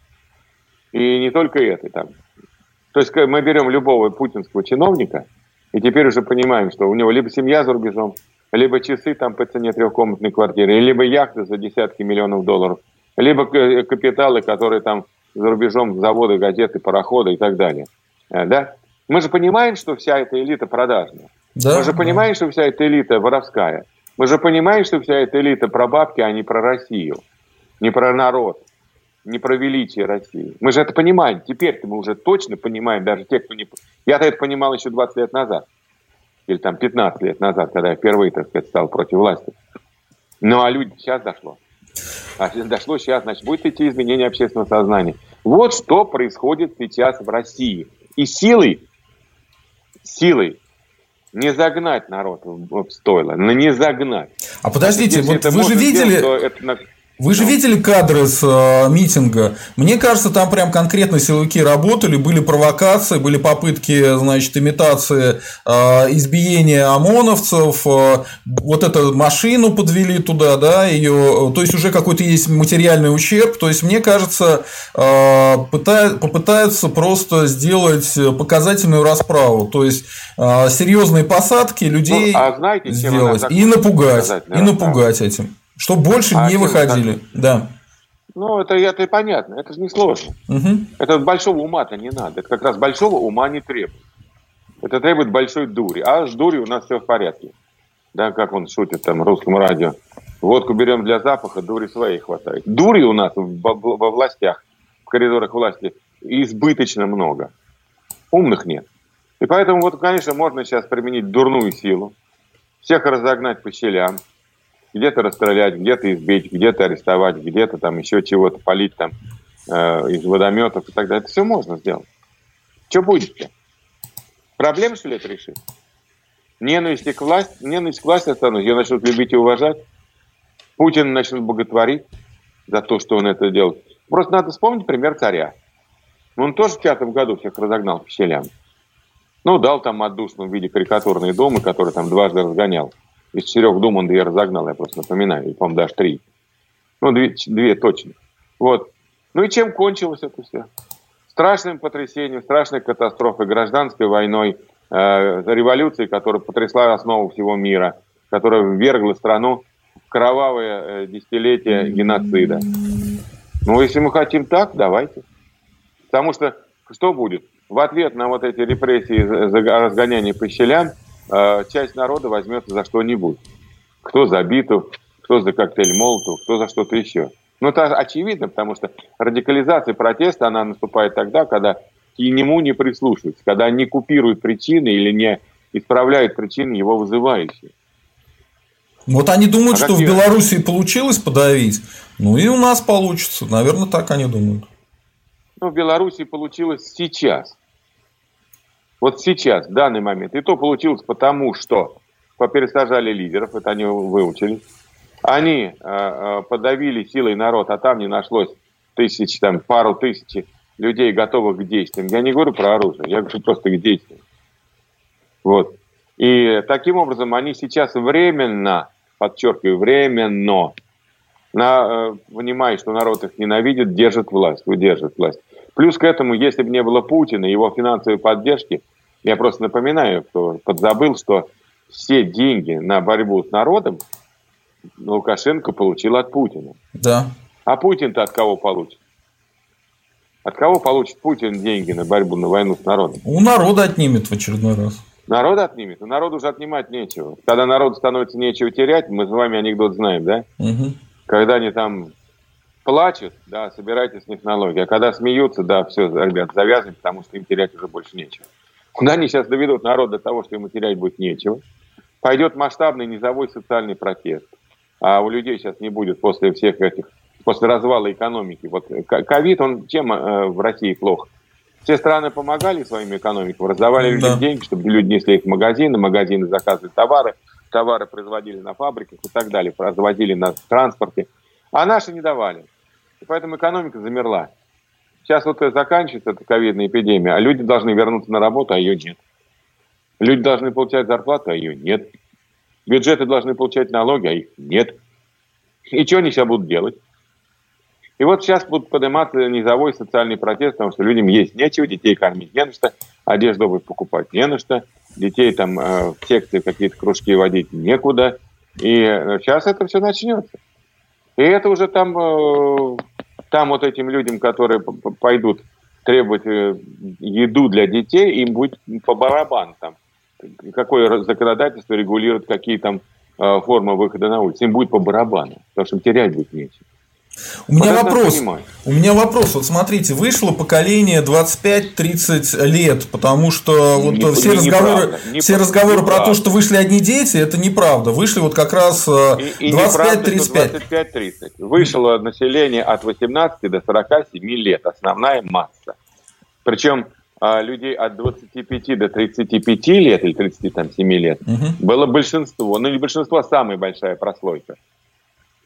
И не только это. Там. То есть мы берем любого путинского чиновника, и теперь уже понимаем, что у него либо семья за рубежом, либо часы там по цене трехкомнатной квартиры, либо яхты за десятки миллионов долларов, либо капиталы, которые там за рубежом, заводы, газеты, пароходы и так далее. Да? Мы же понимаем, что вся эта элита продажная. Да, мы же да. понимаем, что вся эта элита воровская. Мы же понимаем, что вся эта элита про бабки, а не про Россию, не про народ, не про величие России. Мы же это понимаем. Теперь-то мы уже точно понимаем, даже те, кто не... Я-то это понимал еще двадцать лет назад. Или там пятнадцать лет назад, когда я впервые, так сказать, стал против власти. Ну, а люди сейчас дошло. А дошло сейчас, значит, будет идти изменение общественного сознания. Вот что происходит сейчас в России. И силой, силой не загнать народ в стойло, но не загнать. А подождите, вот вы же видели... Сделать, это... Вы же видели кадры с э, митинга? Мне кажется, там прям конкретно силовики работали, были провокации, были попытки, значит, имитации э, избиения ОМОНовцев, э, вот эту машину подвели туда, да, ее, то есть уже какой-то есть материальный ущерб, то есть мне кажется, э, пытают, попытаются просто сделать показательную расправу, то есть э, серьезные посадки людей ну, а знаете, сделать и напугать, и напугать этим. Чтобы больше а не выходили. Да. Ну, это, это и понятно. Это же не сложно. Угу. Это большого ума-то не надо. Это как раз большого ума не требует. Это требует большой дури. А с дурью у нас все в порядке. Да, как он шутит там в русском радио. Водку берем для запаха, дури своей хватает. Дури у нас во, во властях, в коридорах власти избыточно много. Умных нет. И поэтому, вот, конечно, можно сейчас применить дурную силу. Всех разогнать по щелям. Где-то расстрелять, где-то избить, где-то арестовать, где-то там еще чего-то полить там э, из водометов и так далее. Это все можно сделать. Что будет-то? Проблема, что ли, это решит? Ненависть к власти, ненависть к власти останутся, ее начнут любить и уважать. Путин начнут боготворить за то, что он это делает. Просто надо вспомнить пример царя. Он тоже в пятом году всех разогнал по щелям. Ну, дал там отдушину в виде карикатурной думы, который там дважды разгонял. Из четырех дум он две разогнал, я просто напоминаю, или, по-моему, даже три. Ну, две, две точно. Вот. Ну и чем кончилось это все? Страшным потрясением, страшной катастрофой, гражданской войной, э, революцией, которая потрясла основу всего мира, которая ввергла страну в кровавое э, десятилетие геноцида. Ну, если мы хотим так, давайте. Потому что что будет? В ответ на вот эти репрессии, разгоняние по щелям, часть народа возьмется за что-нибудь. Кто за биту, кто за коктейль Молотова, кто за что-то еще. Ну, это очевидно, потому что радикализация протеста, она наступает тогда, когда к нему не прислушиваются, когда не купируют причины или не исправляют причины его вызывающие. Вот они думают, а что какие... в Белоруссии получилось подавить, ну и у нас получится. Наверное, так они думают. Ну, в Белоруссии получилось сейчас. Вот сейчас, в данный момент. И то получилось потому, что попересажали лидеров, это они выучили. Они э, подавили силой народ, а там не нашлось тысяч, там, пару тысяч людей, готовых к действиям. Я не говорю про оружие, я говорю просто к действиям. Вот. И таким образом они сейчас временно, подчеркиваю, временно, на, э, понимая, что народ их ненавидит, держит власть, удержит власть. Плюс к этому, если бы не было Путина, его финансовой поддержки, я просто напоминаю, кто подзабыл, что все деньги на борьбу с народом Лукашенко получил от Путина. Да. А Путин-то от кого получит? От кого получит Путин деньги на борьбу, на войну с народом? У народа отнимет в очередной раз. Народ отнимет? У народа уже отнимать нечего. Когда народу становится нечего терять, мы с вами анекдот знаем, да? Угу. Когда они там плачут, да, собирайте с них налоги. А когда смеются, да, все, ребят, завязывайте, потому что им терять уже больше нечего. Куда они сейчас доведут народ до того, что ему терять будет нечего? Пойдет масштабный низовой социальный протест. А у людей сейчас не будет после всех этих, после развала экономики. Вот ковид, он чем э, в России плохо? Все страны помогали своим экономикам, раздавали людям да. деньги, чтобы люди несли их в магазины, магазины заказывали товары, товары производили на фабриках и так далее, развозили на транспорте. А наши не давали. И поэтому экономика замерла. Сейчас вот заканчивается эта ковидная эпидемия, а люди должны вернуться на работу, а ее нет. Люди должны получать зарплату, а ее нет. Бюджеты должны получать налоги, а их нет. И что они сейчас будут делать? И вот сейчас будут подниматься низовой социальный протест, потому что людям есть нечего, детей кормить не на что, одежду обувь покупать не на что, детей там э, в секции какие-то кружки водить некуда. И сейчас это все начнется. И это уже там, э, там вот этим людям, которые пойдут требовать э, еду для детей, им будет по барабану там. Какое законодательство регулирует, какие там э, формы выхода на улицу. Им будет по барабану, потому что им терять будет нечего. У меня вот вопрос. У меня вопрос. Вот смотрите, вышло поколение двадцать пять тридцать лет, потому что вот не, все, не, разговоры, не все разговоры про то, что вышли одни дети, это неправда. Вышли вот как раз двадцать пять тридцать пять. двадцать пять тридцать. Вышло население от восемнадцати до сорока семи лет, основная масса. Причем людей от двадцати пяти до тридцати пяти лет или тридцати семи лет угу. было большинство. Ну, не большинство, а самая большая прослойка.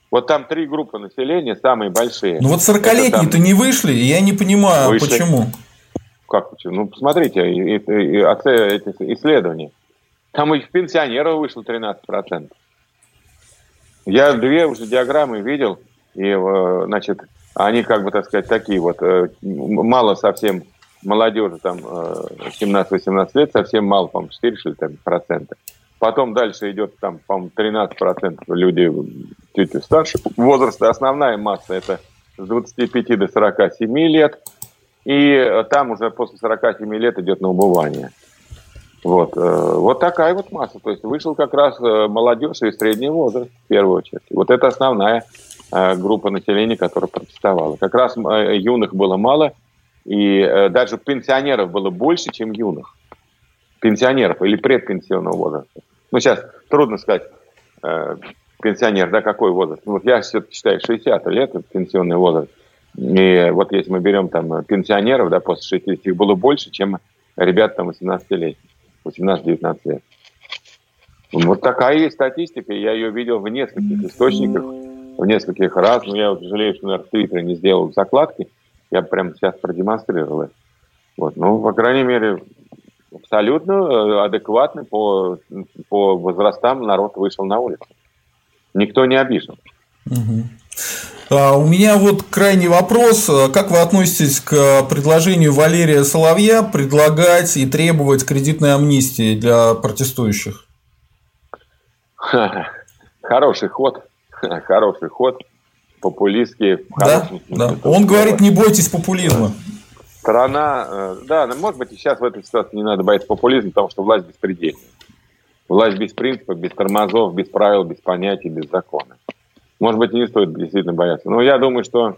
Вот там три группы населения, самые большие. Ну вот сорокалетние-то там... не вышли, и я не понимаю, вышли. Почему. Как почему? Ну, посмотрите, эти исследования. Там и пенсионеров вышло тринадцать процентов. Я две уже диаграммы видел, и, значит, они, как бы, так сказать, такие вот, мало совсем молодежи, там, семнадцать-восемнадцать лет, совсем мало, по-моему, четыре что ли, там, процента. Потом дальше идет, там, по-моему, тринадцать процентов люди чуть старше возраста. Основная масса – это с двадцати пяти до сорока семи лет. И там уже после сорока семи лет идет на убывание. Вот. Вот такая вот масса. То есть вышел как раз молодежь и средний возраст в первую очередь. Вот это основная группа населения, которая протестовала. Как раз юных было мало, и даже пенсионеров было больше, чем юных. Пенсионеров или предпенсионного возраста. Ну, сейчас трудно сказать, пенсионер, да, какой возраст. Вот я все-таки считаю, шестьдесят лет – это пенсионный возраст. И вот если мы берем там пенсионеров, да, после шестидесяти, их было больше, чем ребят там восемнадцатилетних, восемнадцать-девятнадцать лет. Вот такая есть статистика, я ее видел в нескольких источниках, в нескольких раз, но я вот жалею, что, наверное, в Твиттере не сделал закладки, я прямо сейчас продемонстрировал их. Вот, ну, по крайней мере, абсолютно адекватный по, по возрастам народ вышел на улицу. Никто не обижен. Угу. А, у меня вот крайний вопрос. Как вы относитесь к предложению Валерия Соловья предлагать и требовать кредитной амнистии для протестующих? Хороший ход. Хороший ход. Популистский. Да, да. Он говорит, не бойтесь популизма. Страна, да, может быть, сейчас в этой ситуации не надо бояться популизма, потому что власть беспредельна. Власть без принципов, без тормозов, без правил, без понятий, без закона. Может быть, и не стоит действительно бояться. Но я думаю, что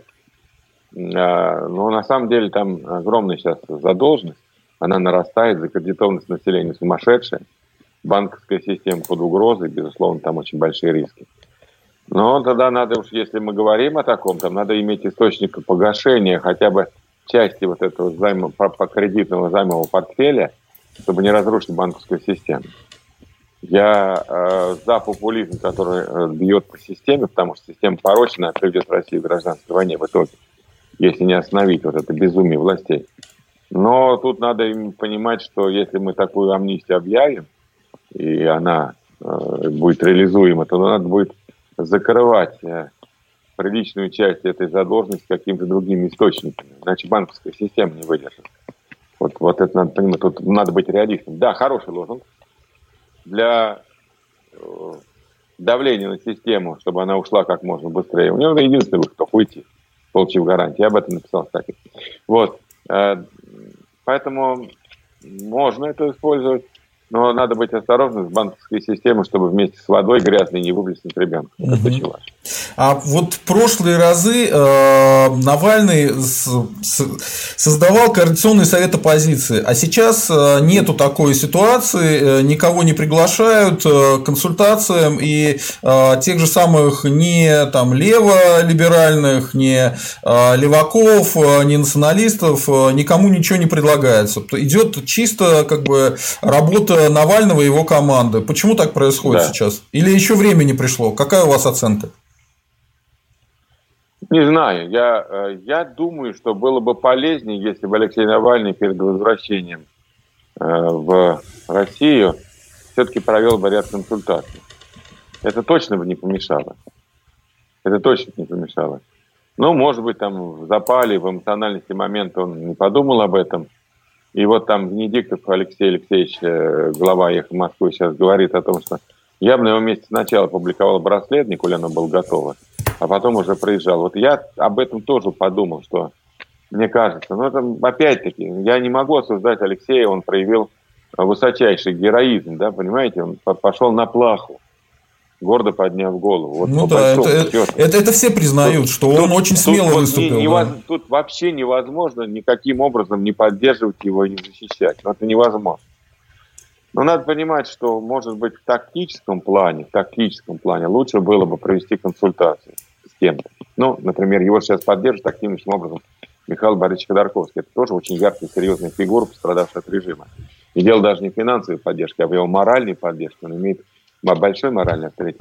ну, на самом деле там огромная сейчас задолженность. Она нарастает, закредитованность населения сумасшедшая. Банковская система под угрозой, безусловно, там очень большие риски. Но тогда надо уж, если мы говорим о таком, там надо иметь источник погашения хотя бы части вот этого займа, по, по кредитного займового портфеля, чтобы не разрушить банковскую систему. Я э, за популизм, который э, бьет по системе, потому что система порочная, приведет Россию к гражданской войне в итоге, если не остановить вот это безумие властей. Но тут надо им понимать, что если мы такую амнистию объявим, и она э, будет реализуема, то надо будет закрывать э, приличную часть этой задолженности какими-то другими источниками. Иначе банковская система не выдержит. Вот, вот это надо понимать. Тут надо быть реалистом. Да, хороший лозунг. Для э, давления на систему, чтобы она ушла как можно быстрее. У него единственный выход – уйти, получив гарантию. Я об этом написал, кстати. Вот. Э, поэтому можно это использовать, но надо быть осторожным с банковской системой, чтобы вместе с водой грязной не выплеснуть ребенка. Это угу. очень важно. А вот в прошлые разы э, Навальный с, с, создавал Координационный совет оппозиции, а сейчас э, нету такой ситуации, э, никого не приглашают э, к консультациям, и э, тех же самых не там леволиберальных, не э, леваков, э, не националистов, э, никому ничего не предлагается. Идет чисто как бы работа Навального и его команды. Почему так происходит да. сейчас? Или еще время не пришло? Какая у вас оценка? Не знаю. Я, я думаю, что было бы полезнее, если бы Алексей Навальный перед возвращением в Россию все-таки провел бы ряд консультаций. Это точно бы не помешало. Это точно не помешало. Ну, может быть, там в запале, в эмоциональности момента он не подумал об этом. И вот там Венедиктов Алексей Алексеевич, глава «Эхо Москвы», сейчас говорит о том, что я бы на его месте сначала публиковал бы расследование, коли оно было готово, а потом уже проезжал. Вот я об этом тоже подумал, что мне кажется, ну это опять-таки, я не могу осуждать Алексея, он проявил высочайший героизм, да, понимаете, он пошел на плаху, гордо подняв голову. Вот ну да, это, это, это, это все признают, тут, что он тут, очень смело тут, выступил. Не, не, да. Тут вообще невозможно никаким образом не поддерживать его и не защищать. Но это невозможно. Но надо понимать, что, может быть, в тактическом плане, в тактическом плане лучше было бы провести консультацию с кем-то. Ну, например, его сейчас поддерживает активнейшим образом Михаил Борисович Ходорковский. Это тоже очень яркая, серьезная фигура, пострадавшая от режима. И дело даже не в финансовой поддержке, а в его моральной поддержке. Он имеет большой моральный авторитет.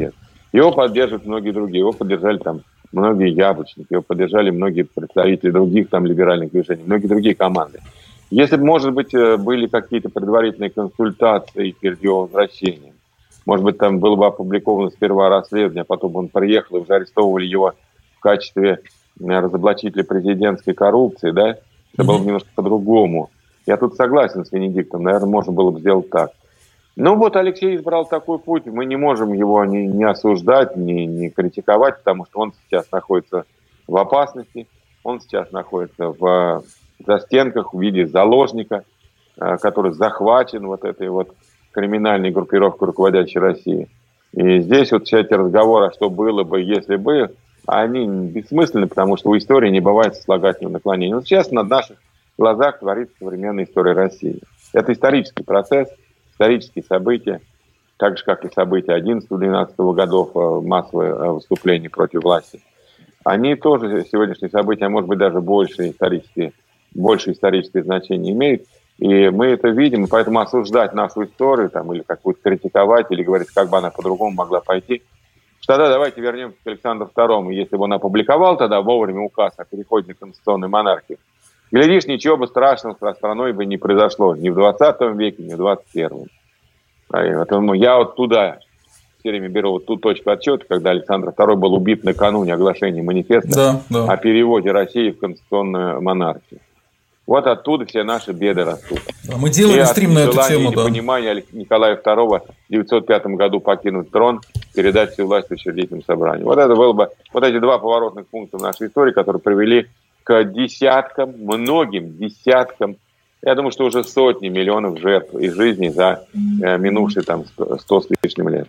Его поддерживают многие другие. Его поддержали там многие яблочники, его поддержали многие представители других там либеральных движений, многие другие команды. Если бы, может быть, были какие-то предварительные консультации перед его возвращением, может быть, там было бы опубликовано сперва расследование, а потом он приехал и уже арестовывали его в качестве разоблачителя президентской коррупции, да, это было бы немножко по-другому. Я тут согласен с Венедиктом, наверное, можно было бы сделать так. Ну вот Алексей избрал такой путь, мы не можем его ни, ни осуждать, ни, ни критиковать, потому что он сейчас находится в опасности, он сейчас находится в застенках в виде заложника, который захвачен вот этой вот криминальной группировкой, руководящей Россией. И здесь вот все эти разговоры, что было бы, если бы, они бессмысленны, потому что у истории не бывает сослагательного наклонения. Но сейчас на наших глазах творится современная история России. Это исторический процесс, исторические события, так же, как и события одиннадцатого-двенадцатого годов, массовое выступление против власти. Они тоже, сегодняшние события, а может быть, даже больше исторические, больше историческое значение имеют. И мы это видим, и поэтому осуждать нашу историю, там, или как-то критиковать, или говорить, как бы она по-другому могла пойти. Тогда давайте вернемся к Александру второму. Если бы он опубликовал тогда вовремя указ о переходе на конституционную монархию, глядишь, ничего бы страшного с страной бы не произошло. Ни в двадцатом веке, ни в двадцать первом. Поэтому я вот туда все время беру вот ту точку отсчета, когда Александр второй был убит накануне оглашения манифеста да, да. о переводе России в конституционную монархию. Вот оттуда все наши беды растут. Мы делаем стрим на эту тему, да. Понимание Николая второго в тысяча девятьсот пятом году покинуть трон, передать всю власть Учредительному собранию. Вот это было бы, вот эти два поворотных пункта в нашей истории, которые привели к десяткам, многим десяткам, я думаю, что уже сотни миллионов жертв и жизней за э, минувшие там сто с лишним лет.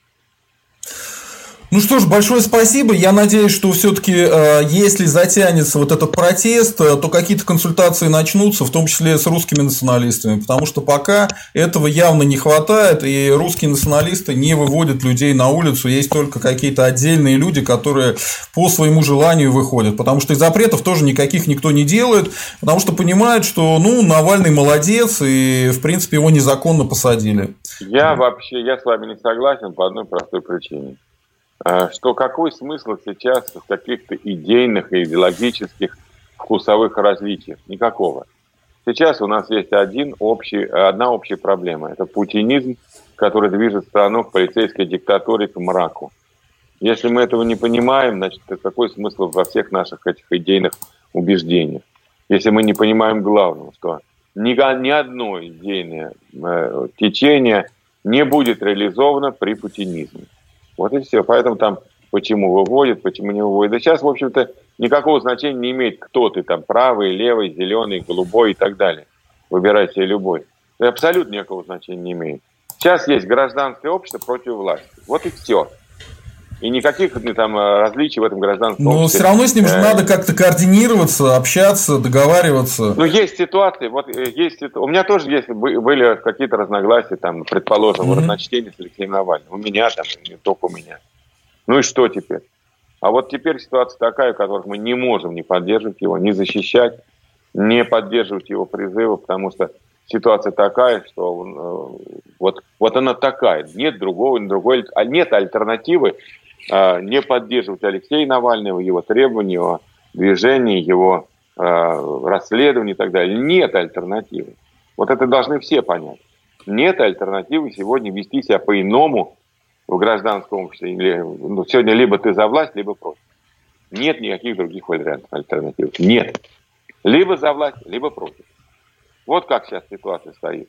Ну что ж, большое спасибо. Я надеюсь, что все-таки, э, если затянется вот этот протест, э, то какие-то консультации начнутся, в том числе с русскими националистами, потому что пока этого явно не хватает, и русские националисты не выводят людей на улицу, есть только какие-то отдельные люди, которые по своему желанию выходят, потому что и запретов тоже никаких никто не делает, потому что понимают, что, ну, Навальный молодец, и, в принципе, его незаконно посадили. Я вообще, я с вами не согласен по одной простой причине. Что какой смысл сейчас в каких-то идейных и идеологических вкусовых различиях? Никакого. Сейчас у нас есть один общий, одна общая проблема. Это путинизм, который движет страну к полицейской диктатуре, к мраку. Если мы этого не понимаем, значит, какой смысл во всех наших этих идейных убеждениях? Если мы не понимаем главного, что ни, ни одно идейное э, течение не будет реализовано при путинизме. Вот и все. Поэтому там почему выводят, почему не выводят. Да сейчас, в общем-то, никакого значения не имеет, кто ты там, правый, левый, зеленый, голубой и так далее. Выбирай себе любой. Это абсолютно никакого значения не имеет. Сейчас есть гражданское общество против власти. Вот и все. И никаких там различий в этом гражданском обществе. Но все равно с ним же надо как-то координироваться, общаться, договариваться. Ну, есть ситуации, вот есть, у меня тоже есть, были какие-то разногласия, там, предположим, mm-hmm. в разночтении с Алексеем Навальным. У меня там, не только у меня. Ну и что теперь? А вот теперь ситуация такая, в которой мы не можем не поддерживать его, не защищать, не поддерживать его призывы, потому что ситуация такая, что он, вот, вот она такая. Нет другого, другой, нет альтернативы. Не поддерживать Алексея Навального, его требования, его движения, его э, расследования и так далее. Нет альтернативы. Вот это должны все понять. Нет альтернативы сегодня вести себя по-иному в гражданском обществе. Или, ну, сегодня либо ты за власть, либо против. Нет никаких других вариантов альтернатив. Нет. Либо за власть, либо против. Вот как сейчас ситуация стоит.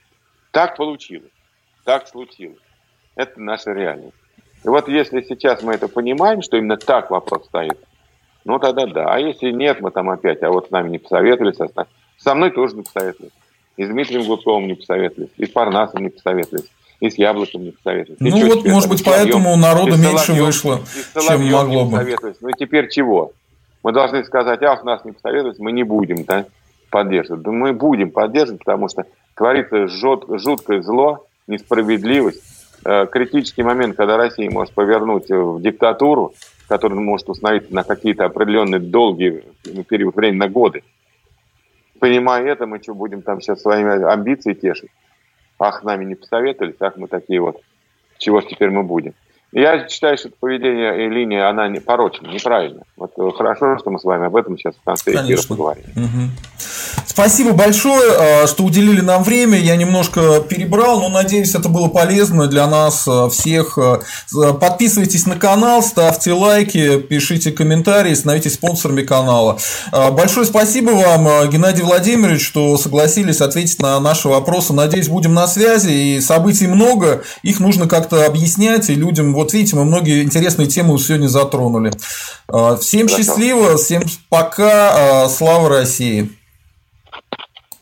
Так получилось. Так случилось. Это наша реальность. И вот если сейчас мы это понимаем, что именно так вопрос стоит, ну тогда да. А если нет, мы там опять, а вот с нами не посоветовались, а с... со мной тоже не посоветовались. И с Дмитрием Гудковым не посоветовались, и с Парнасом не посоветовались, и с Яблоком не посоветовались. Ну вот, может быть, поэтому народу меньше вышло, чем могло бы. Ну и теперь чего? Мы должны сказать, а, с нас не посоветовались, мы не будем, да, поддерживать. Да мы будем поддерживать, потому что творится жуткое зло, несправедливость. Критический момент, когда Россия может повернуть в диктатуру, которая может установить на какие-то определенные долгие период времени, на годы. Понимая это, мы что, будем там сейчас своими амбициями тешить? Ах, нами не посоветовались, ах, мы такие вот. Чего ж теперь мы будем? Я считаю, что это поведение и линия, она не порочна, неправильна. Вот хорошо, что мы с вами об этом сейчас в конце эфира Конечно. поговорим. Угу. Спасибо большое, что уделили нам время. Я немножко перебрал, но надеюсь, это было полезно для нас всех. Подписывайтесь на канал, ставьте лайки, пишите комментарии, становитесь спонсорами канала. Большое спасибо вам, Геннадий Владимирович, что согласились ответить на наши вопросы. Надеюсь, будем на связи. И событий много, их нужно как-то объяснять, и людям, вот видите, мы многие интересные темы сегодня затронули. Всем Хорошо. Счастливо, всем пока, слава России!